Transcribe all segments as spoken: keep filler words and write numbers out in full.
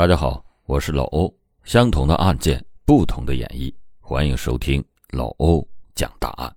大家好，我是老欧，相同的案件，不同的演绎，欢迎收听老欧讲大案。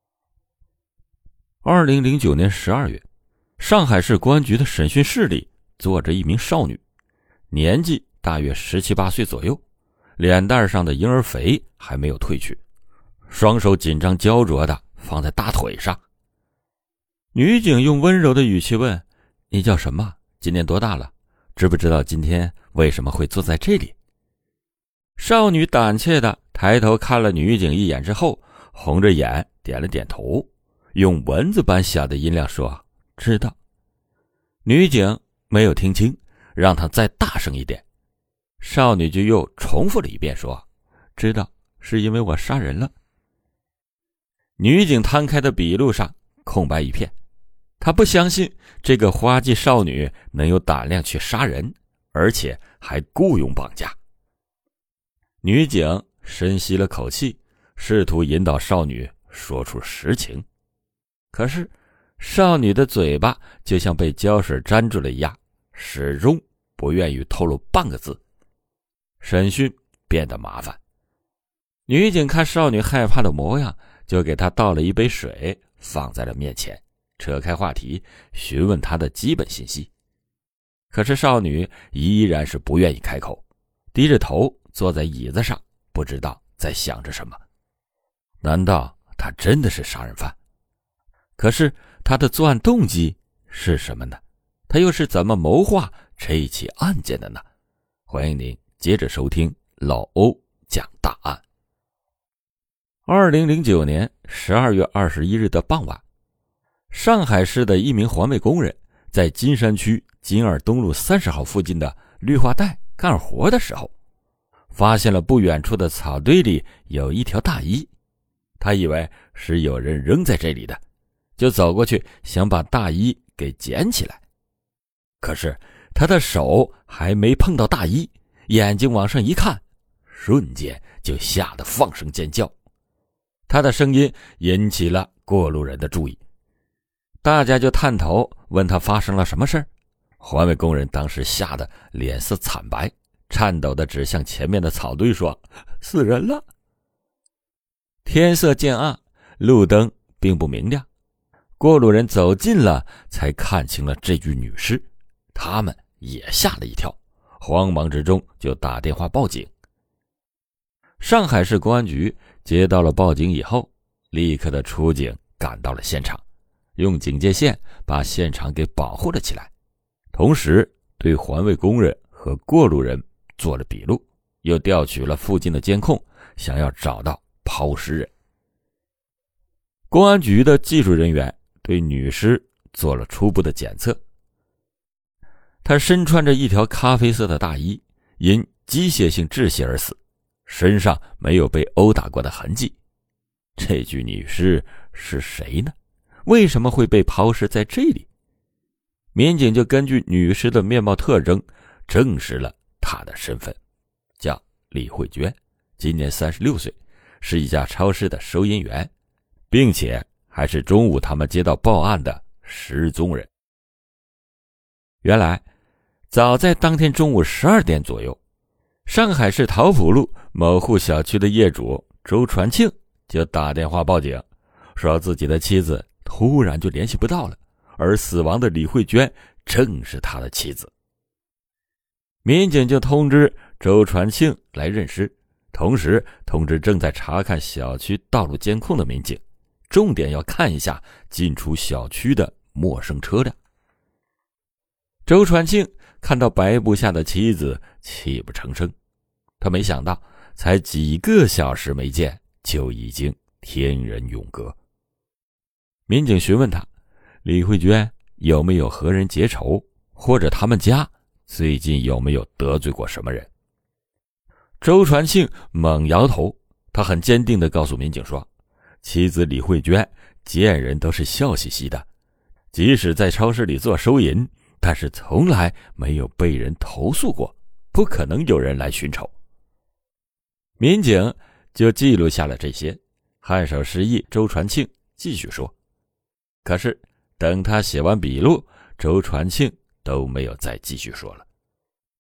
二零零九年十二月，上海市公安局的审讯室里坐着一名少女，年纪大约十七八岁左右，脸蛋上的婴儿肥还没有褪去，双手紧张焦灼地放在大腿上。女警用温柔的语气问：你叫什么？今年多大了？知不知道今天为什么会坐在这里？少女胆怯地抬头看了女警一眼之后，红着眼点了点头，用蚊子般小的音量说：知道。女警没有听清，让她再大声一点。少女就又重复了一遍说：知道，是因为我杀人了。女警摊开的笔录上空白一片，她不相信这个花季少女能有胆量去杀人，而且还雇佣绑架。女警深吸了口气，试图引导少女说出实情。可是少女的嘴巴就像被胶水粘住了一样，始终不愿意透露半个字。审讯变得麻烦，女警看少女害怕的模样，就给她倒了一杯水放在了面前，扯开话题询问她的基本信息。可是少女依然是不愿意开口，低着头坐在椅子上，不知道在想着什么。难道她真的是杀人犯？可是她的作案动机是什么呢？她又是怎么谋划这一起案件的呢？欢迎您接着收听老欧讲大案。二零零九年十二月二十一日的傍晚，上海市的一名环卫工人在金山区金二东路三十号附近的绿化带干活的时候，发现了不远处的草堆里有一条大衣。他以为是有人扔在这里的，就走过去想把大衣给捡起来。可是他的手还没碰到大衣，眼睛往上一看，瞬间就吓得放声尖叫。他的声音引起了过路人的注意，大家就探头问他发生了什么事儿。环卫工人当时吓得脸色惨白，颤抖地指向前面的草堆说：死人了。天色渐暗，路灯并不明亮，过路人走近了才看清了这具女尸，他们也吓了一跳，慌忙之中就打电话报警。上海市公安局接到了报警以后，立刻的出警赶到了现场，用警戒线把现场给保护了起来，同时对环卫工人和过路人做了笔录，又调取了附近的监控，想要找到抛尸人。公安局的技术人员对女尸做了初步的检测，她身穿着一条咖啡色的大衣，因机械性窒息而死，身上没有被殴打过的痕迹。这具女尸是谁呢？为什么会被抛尸在这里？民警就根据女尸的面貌特征证实了她的身份，叫李慧娟，今年三十六岁，是一家超市的收银员，并且还是中午他们接到报案的失踪人。原来早在当天中午十二点左右，上海市桃浦路某户小区的业主周传庆就打电话报警，说自己的妻子突然就联系不到了，而死亡的李慧娟正是他的妻子。民警就通知周传庆来认尸，同时通知正在查看小区道路监控的民警，重点要看一下进出小区的陌生车辆。周传庆看到白布下的妻子，泣不成声。他没想到才几个小时没见，就已经天人永隔。民警询问他，李慧娟有没有和人结仇，或者他们家最近有没有得罪过什么人。周传庆猛摇头，他很坚定地告诉民警说，妻子李慧娟见人都是笑嘻嘻的，即使在超市里做收银，但是从来没有被人投诉过，不可能有人来寻仇。民警就记录下了这些，颔首示意周传庆继续说。可是等他写完笔录，周传庆都没有再继续说了。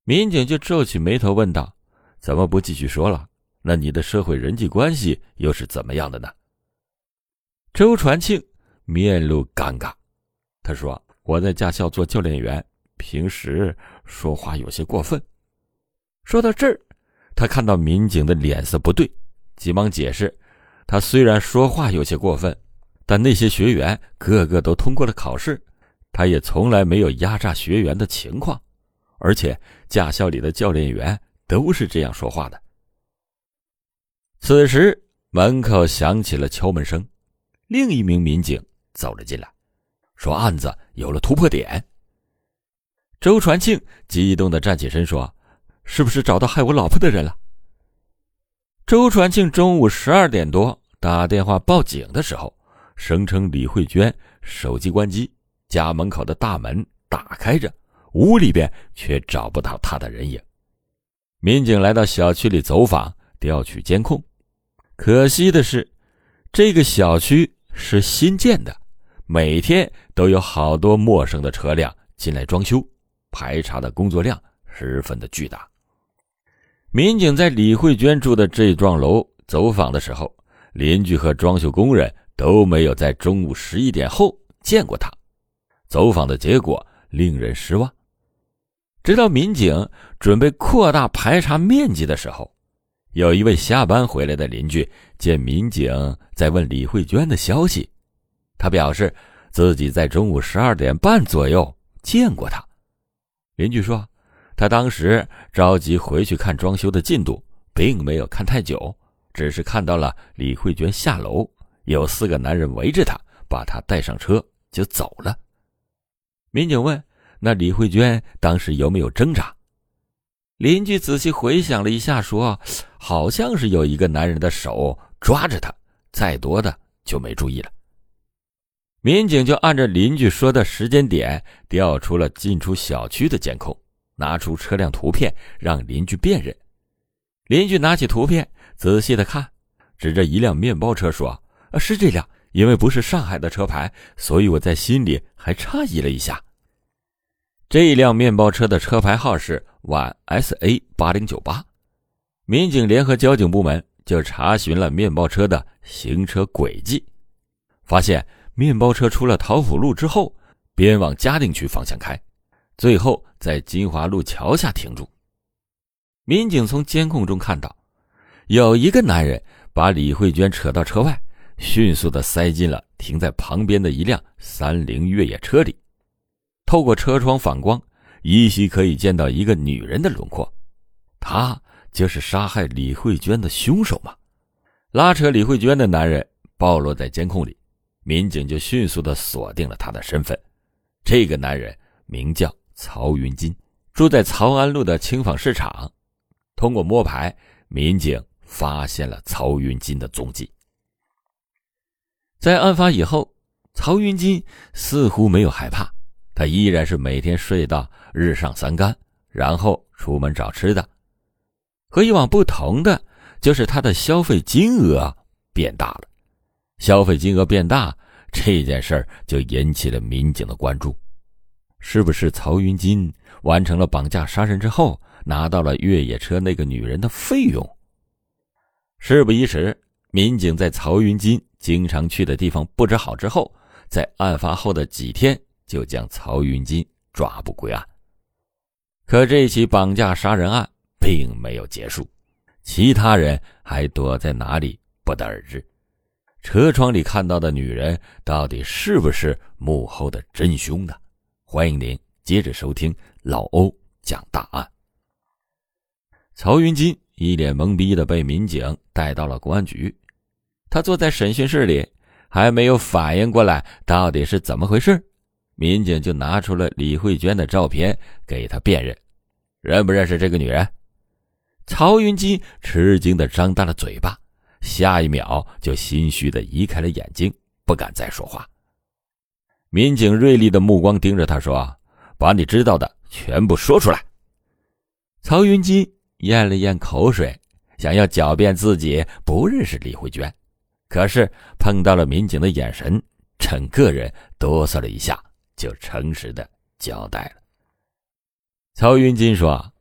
民警就皱起眉头问道：怎么不继续说了？那你的社会人际关系又是怎么样的呢？周传庆面露尴尬，他说：我在驾校做教练员，平时说话有些过分。说到这儿，他看到民警的脸色不对，急忙解释，他虽然说话有些过分，但那些学员个个都通过了考试，他也从来没有压榨学员的情况，而且驾校里的教练员都是这样说话的。此时门口响起了敲门声，另一名民警走了进来，说案子有了突破点。周传庆激动地站起身说：是不是找到害我老婆的人了？周传庆中午十二点多打电话报警的时候，声称李慧娟手机关机，家门口的大门打开着，屋里边却找不到她的人影。民警来到小区里走访，调取监控。可惜的是，这个小区是新建的，每天都有好多陌生的车辆进来装修，排查的工作量十分的巨大。民警在李慧娟住的这幢楼走访的时候，邻居和装修工人都没有在中午十一点后见过她。走访的结果令人失望。直到民警准备扩大排查面积的时候，有一位下班回来的邻居见民警在问李慧娟的消息，他表示自己在中午十二点半左右见过她。邻居说，他当时着急回去看装修的进度，并没有看太久，只是看到了李慧娟下楼，有四个男人围着她，把她带上车就走了。民警问，那李慧娟当时有没有挣扎？邻居仔细回想了一下说，好像是有一个男人的手抓着她，再多的就没注意了。民警就按照邻居说的时间点调出了进出小区的监控，拿出车辆图片让邻居辨认。邻居拿起图片仔细的看，指着一辆面包车说，是这辆，因为不是上海的车牌，所以我在心里还诧异了一下。这辆面包车的车牌号是 Y S A 八零九八。 民警联合交警部门就查询了面包车的行车轨迹，发现面包车出了桃浦路之后，边往嘉定区方向开，最后在金华路桥下停住。民警从监控中看到，有一个男人把李慧娟扯到车外，迅速地塞进了停在旁边的一辆三菱越野车里。透过车窗反光，依稀可以见到一个女人的轮廓，她就是杀害李慧娟的凶手嘛。拉扯李慧娟的男人暴露在监控里，民警就迅速地锁定了他的身份。这个男人名叫曹云金，住在曹安路的轻纺市场。通过摸排，民警发现了曹云金的踪迹。在案发以后，曹云金似乎没有害怕，他依然是每天睡到日上三竿，然后出门找吃的。和以往不同的就是他的消费金额变大了。消费金额变大，这件事儿就引起了民警的关注。是不是曹云金完成了绑架杀人之后，拿到了越野车那个女人的费用？事不宜迟，民警在曹云金经常去的地方布置好之后，在案发后的几天就将曹云金抓捕归案。可这起绑架杀人案并没有结束，其他人还躲在哪里不得而知。车窗里看到的女人到底是不是幕后的真凶呢？欢迎您接着收听老欧讲大案。曹云金一脸懵逼地被民警带到了公安局，他坐在审讯室里，还没有反应过来到底是怎么回事，民警就拿出了李慧娟的照片给他辨认。认不认识这个女人？曹云金吃惊地张大了嘴巴，下一秒就心虚地移开了眼睛，不敢再说话。民警锐利的目光盯着他说，把你知道的全部说出来。曹云金咽了咽口水，想要狡辩自己不认识李慧娟，可是碰到了民警的眼神，整个人哆嗦了一下，就诚实的交代了。曹云金说，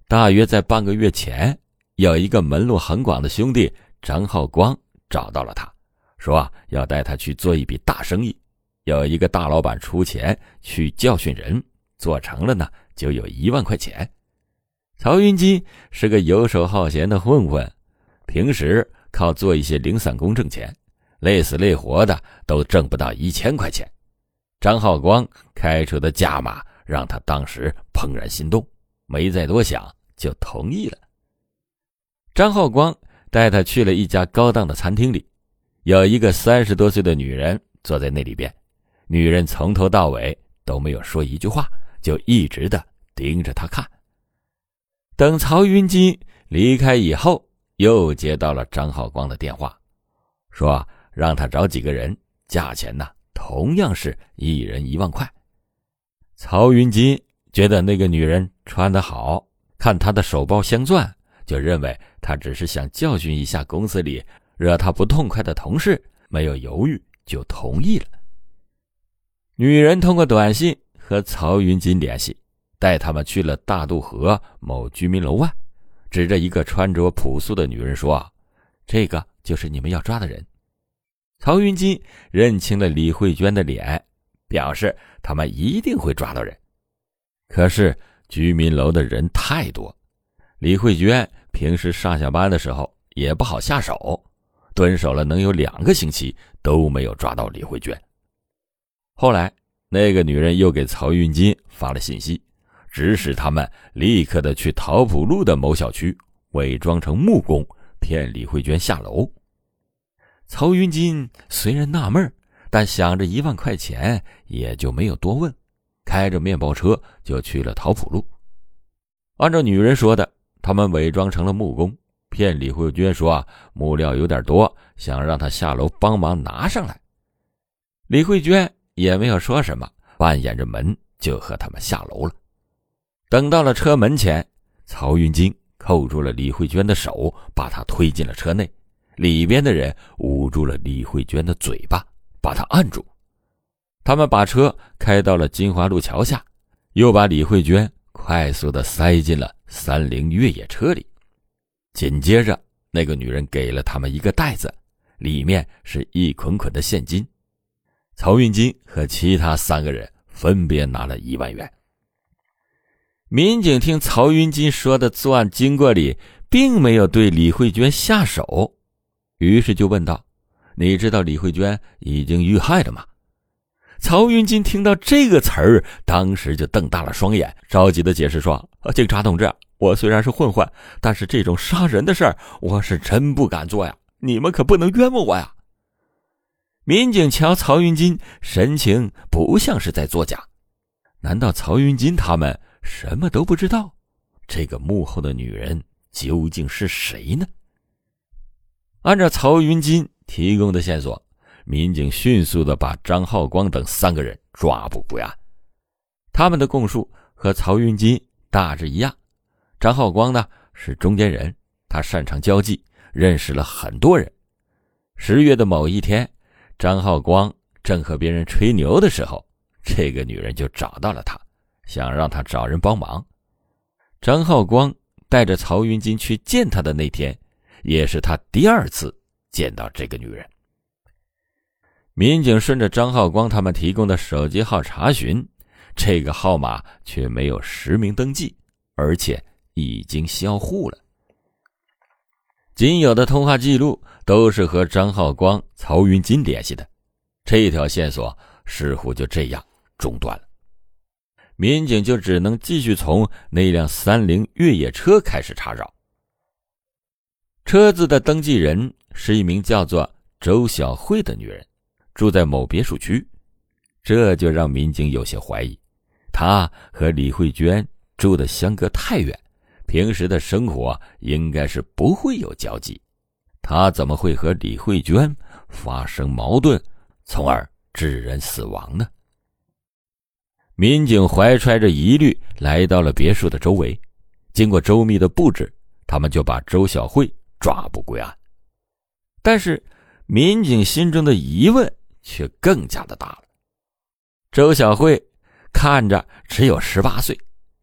大约在半个月前，有一个门路很广的兄弟张浩光找到了他，说啊要带他去做一笔大生意，有一个大老板出钱去教训人，做成了呢就有一万块钱。曹云金是个游手好闲的混混，平时靠做一些零散工挣钱，累死累活的都挣不到一千块钱。张浩光开出的价码让他当时怦然心动，没再多想就同意了。张浩光带他去了一家高档的餐厅里，有一个三十多岁的女人坐在那里边，女人从头到尾都没有说一句话，就一直的盯着他看。等曹云金离开以后，又接到了张浩光的电话，说让他找几个人，价钱呢同样是一人一万块。曹云金觉得那个女人穿得好，看她的手包镶钻，就认为她只是想教训一下公司里惹她不痛快的同事，没有犹豫就同意了。女人通过短信和曹云金联系，带他们去了大渡河某居民楼外，指着一个穿着朴素的女人说，这个就是你们要抓的人。曹云金认清了李慧娟的脸，表示他们一定会抓到人。可是居民楼的人太多，李慧娟平时上下班的时候也不好下手，蹲守了能有两个星期都没有抓到李慧娟。后来那个女人又给曹云金发了信息，指使他们立刻的去桃浦路的某小区伪装成木工，骗李慧娟下楼。曹云金虽然纳闷，但想着一万块钱也就没有多问，开着面包车就去了桃浦路。按照女人说的，他们伪装成了木工，骗李慧娟说啊木料有点多，想让她下楼帮忙拿上来。李慧娟也没有说什么，扮演着门就和他们下楼了。等到了车门前，曹云金扣住了李慧娟的手，把她推进了车内，里边的人捂住了李慧娟的嘴巴，把她按住。他们把车开到了金华路桥下，又把李慧娟快速地塞进了三菱越野车里。紧接着那个女人给了他们一个袋子，里面是一捆捆的现金。曹云金和其他三个人分别拿了一万元。民警听曹云金说的作案经过里并没有对李慧娟下手，于是就问道，你知道李慧娟已经遇害了吗？曹云金听到这个词儿，当时就瞪大了双眼，着急的解释说，警察同志，我虽然是混混，但是这种杀人的事儿我是真不敢做呀，你们可不能冤枉我呀。民警瞧曹云金神情不像是在作假，难道曹云金他们什么都不知道？这个幕后的女人究竟是谁呢？按照曹云金提供的线索，民警迅速地把张浩光等三个人抓捕归案。他们的供述和曹云金大致一样，张浩光呢是中间人，他擅长交际，认识了很多人。十月的某一天，张浩光正和别人吹牛的时候，这个女人就找到了他，想让他找人帮忙。张浩光带着曹云金去见他的那天，也是他第二次见到这个女人。民警顺着张浩光他们提供的手机号查询，这个号码却没有实名登记，而且已经销户了。仅有的通话记录都是和张浩光、曹云金联系的，这条线索似乎就这样中断了。民警就只能继续从那辆三菱越野车开始查找。车子的登记人是一名叫做周小慧的女人，住在某别墅区，这就让民警有些怀疑，她和李慧娟住的相隔太远，平时的生活应该是不会有交集，她怎么会和李慧娟发生矛盾，从而致人死亡呢？民警怀揣着疑虑来到了别墅的周围，经过周密的布置，他们就把周小慧抓捕归案。但是民警心中的疑问却更加的大了。周小慧看着只有十八岁，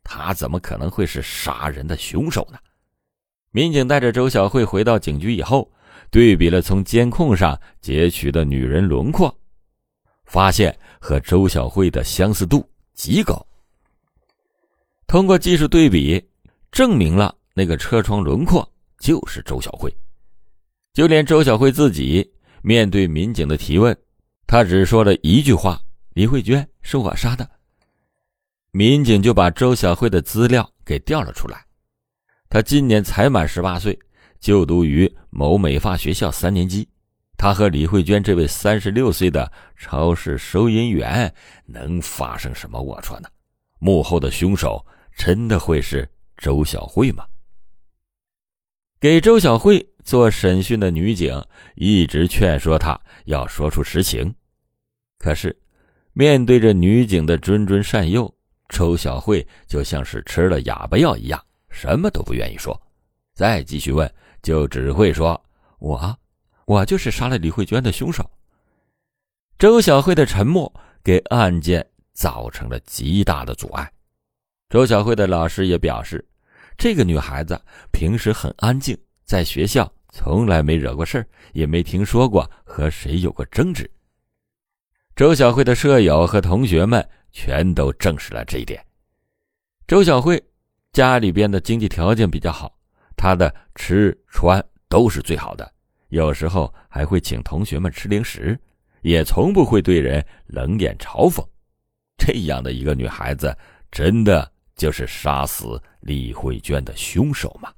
他怎么可能会是杀人的凶手呢？民警带着周小慧回到警局以后，对比了从监控上截取的女人轮廓，发现和周小慧的相似度极高。通过技术对比，证明了那个车窗轮廓就是周小慧。就连周小慧自己面对民警的提问，她只说了一句话：李慧娟是我杀的。民警就把周小慧的资料给调了出来。她今年才满十八岁，就读于某美发学校三年级。她和李慧娟这位三十六岁的超市收银员能发生什么龌龊呢？幕后的凶手真的会是周小慧吗？给周小慧做审讯的女警一直劝说她要说出实情，可是面对着女警的谆谆善诱，周小慧就像是吃了哑巴药一样，什么都不愿意说。再继续问，就只会说我我就是杀了李慧娟的凶手。周小慧的沉默给案件造成了极大的阻碍。周小慧的老师也表示，这个女孩子平时很安静，在学校从来没惹过事，也没听说过和谁有过争执。周小慧的舍友和同学们全都证实了这一点。周小慧家里边的经济条件比较好，她的吃穿都是最好的，有时候还会请同学们吃零食，也从不会对人冷眼嘲讽。这样的一个女孩子，真的就是杀死李慧娟的凶手吗？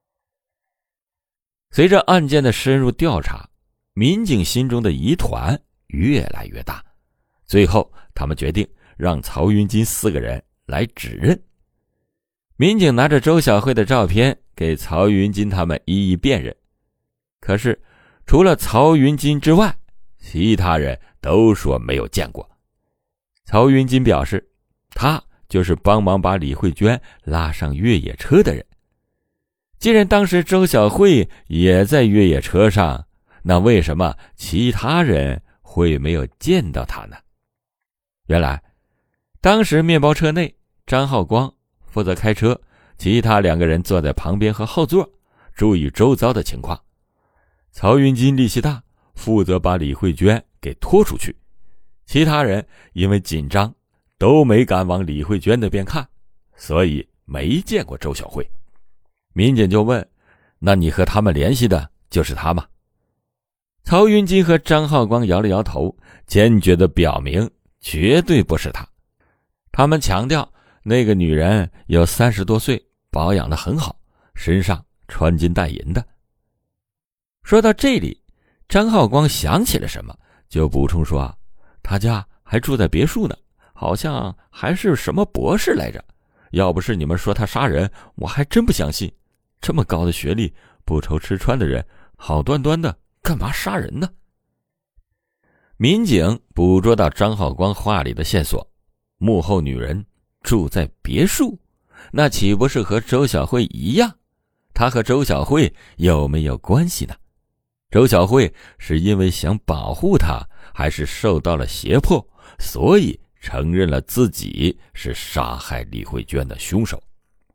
随着案件的深入调查，民警心中的疑团越来越大，最后他们决定让曹云金四个人来指认。民警拿着周小慧的照片给曹云金他们一一辨认，可是除了曹云金之外，其他人都说没有见过。曹云金表示，他就是帮忙把李慧娟拉上越野车的人。既然当时周小慧也在越野车上，那为什么其他人会没有见到他呢？原来当时面包车内，张浩光负责开车，其他两个人坐在旁边和后座，注意周遭的情况。曹云金力气大，负责把李慧娟给拖出去，其他人因为紧张都没敢往李慧娟那边看，所以没见过周小慧。民警就问，那你和他们联系的就是他吗？曹云金和张浩光摇了摇头，坚决地表明绝对不是他。他们强调那个女人有三十多岁，保养得很好，身上穿金戴银的。说到这里，张浩光想起了什么，就补充说，他家还住在别墅呢，好像还是什么博士来着，要不是你们说他杀人，我还真不相信。这么高的学历，不愁吃穿的人，好端端的干嘛杀人呢？民警捕捉到张浩光话里的线索，幕后女人住在别墅，那岂不是和周小慧一样？她和周小慧有没有关系呢？周小慧是因为想保护她，还是受到了胁迫，所以承认了自己是杀害李慧娟的凶手？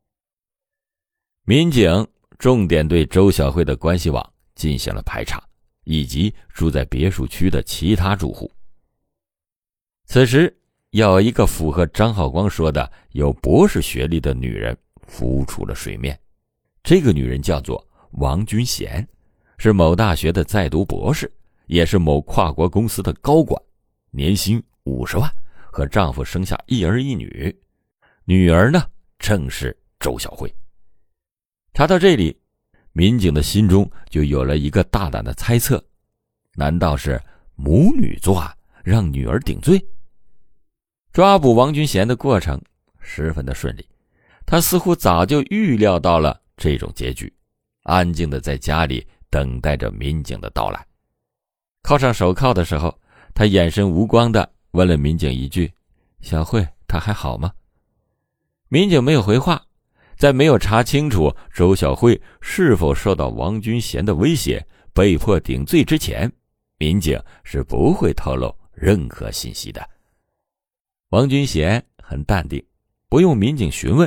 民警重点对周小慧的关系网进行了排查，以及住在别墅区的其他住户。此时有一个符合张浩光说的有博士学历的女人浮出了水面。这个女人叫做王君贤，是某大学的在读博士，也是某跨国公司的高管，年薪五十万，和丈夫生下一儿一女，女儿呢正是周小慧。查到这里，民警的心中就有了一个大胆的猜测，难道是母女作案，让女儿顶罪？抓捕王君贤的过程十分的顺利，他似乎早就预料到了这种结局，安静的在家里等待着民警的到来。铐上手铐的时候，他眼神无光的问了民警一句，小慧她还好吗？民警没有回话。在没有查清楚周小慧是否受到王君贤的威胁被迫顶罪之前，民警是不会透露任何信息的。王君贤很淡定，不用民警询问，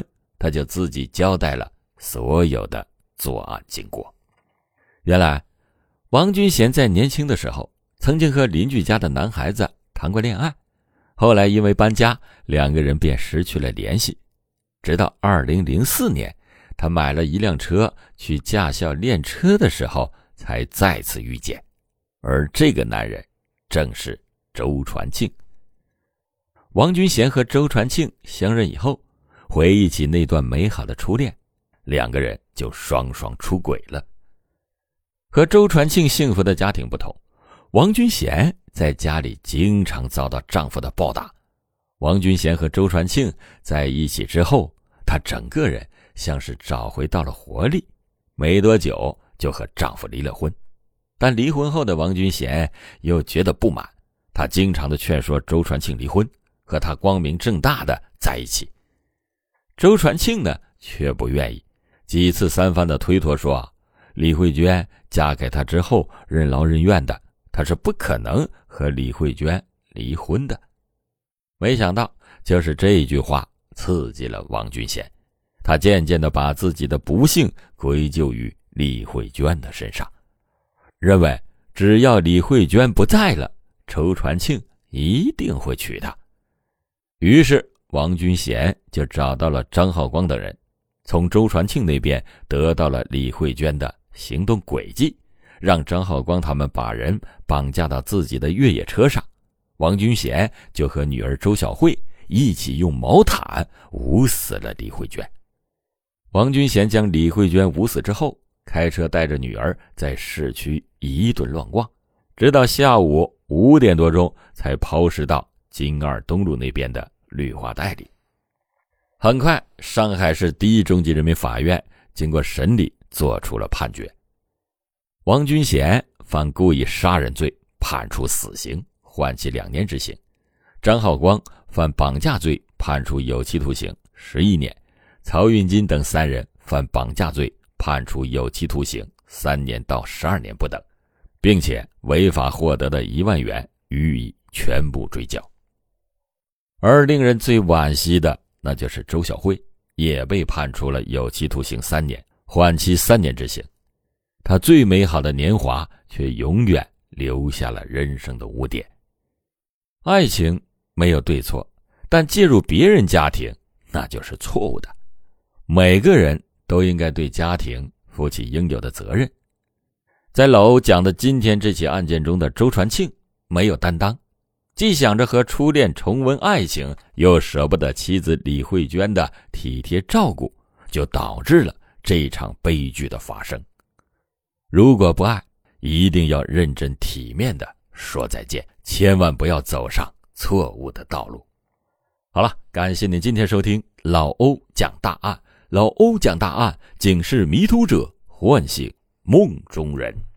他就自己交代了所有的作案经过。原来王军贤在年轻的时候曾经和邻居家的男孩子谈过恋爱，后来因为搬家，两个人便失去了联系。直到二零零四年，他买了一辆车去驾校练车的时候才再次遇见，而这个男人正是周传庆。王军贤和周传庆相认以后，回忆起那段美好的初恋，两个人就双双出轨了。和周传庆幸福的家庭不同，王军贤在家里经常遭到丈夫的暴打。王军贤和周传庆在一起之后，她整个人像是找回到了活力，没多久就和丈夫离了婚。但离婚后的王军贤又觉得不满，她经常的劝说周传庆离婚，和他光明正大的在一起。周传庆呢却不愿意，几次三番的推脱说，李慧娟嫁给他之后任劳任怨的，他是不可能和李慧娟离婚的。没想到就是这一句话刺激了王军贤，他渐渐的把自己的不幸归咎于李慧娟的身上，认为只要李慧娟不在了，周传庆一定会娶她。于是王军贤就找到了张浩光等人，从周传庆那边得到了李慧娟的行动轨迹，让张浩光他们把人绑架到自己的越野车上。王军贤就和女儿周小慧一起用毛毯捂死了李慧娟。王军贤将李慧娟捂死之后，开车带着女儿在市区一顿乱逛，直到下午五点多钟才抛尸到金二东路那边的绿化带里。很快，上海市第一中级人民法院经过审理做出了判决，王军贤犯故意杀人罪，判处死刑，缓期两年执行；张浩光犯绑架罪，判处有期徒刑十一年；曹运金等三人犯绑架罪，判处有期徒刑三年到十二年不等，并且违法获得的一万元予以全部追缴。而令人最惋惜的，那就是周小慧，也被判处了有期徒刑三年，缓期三年执行。她最美好的年华却永远留下了人生的污点。爱情没有对错，但介入别人家庭那就是错误的。每个人都应该对家庭负起应有的责任。在老欧讲的今天这起案件中的周传庆没有担当，既想着和初恋重温爱情，又舍不得妻子李慧娟的体贴照顾，就导致了这场悲剧的发生。如果不爱，一定要认真体面的说再见，千万不要走上错误的道路。好了，感谢您今天收听老欧讲大案。老欧讲大案，警示迷途者，唤醒梦中人。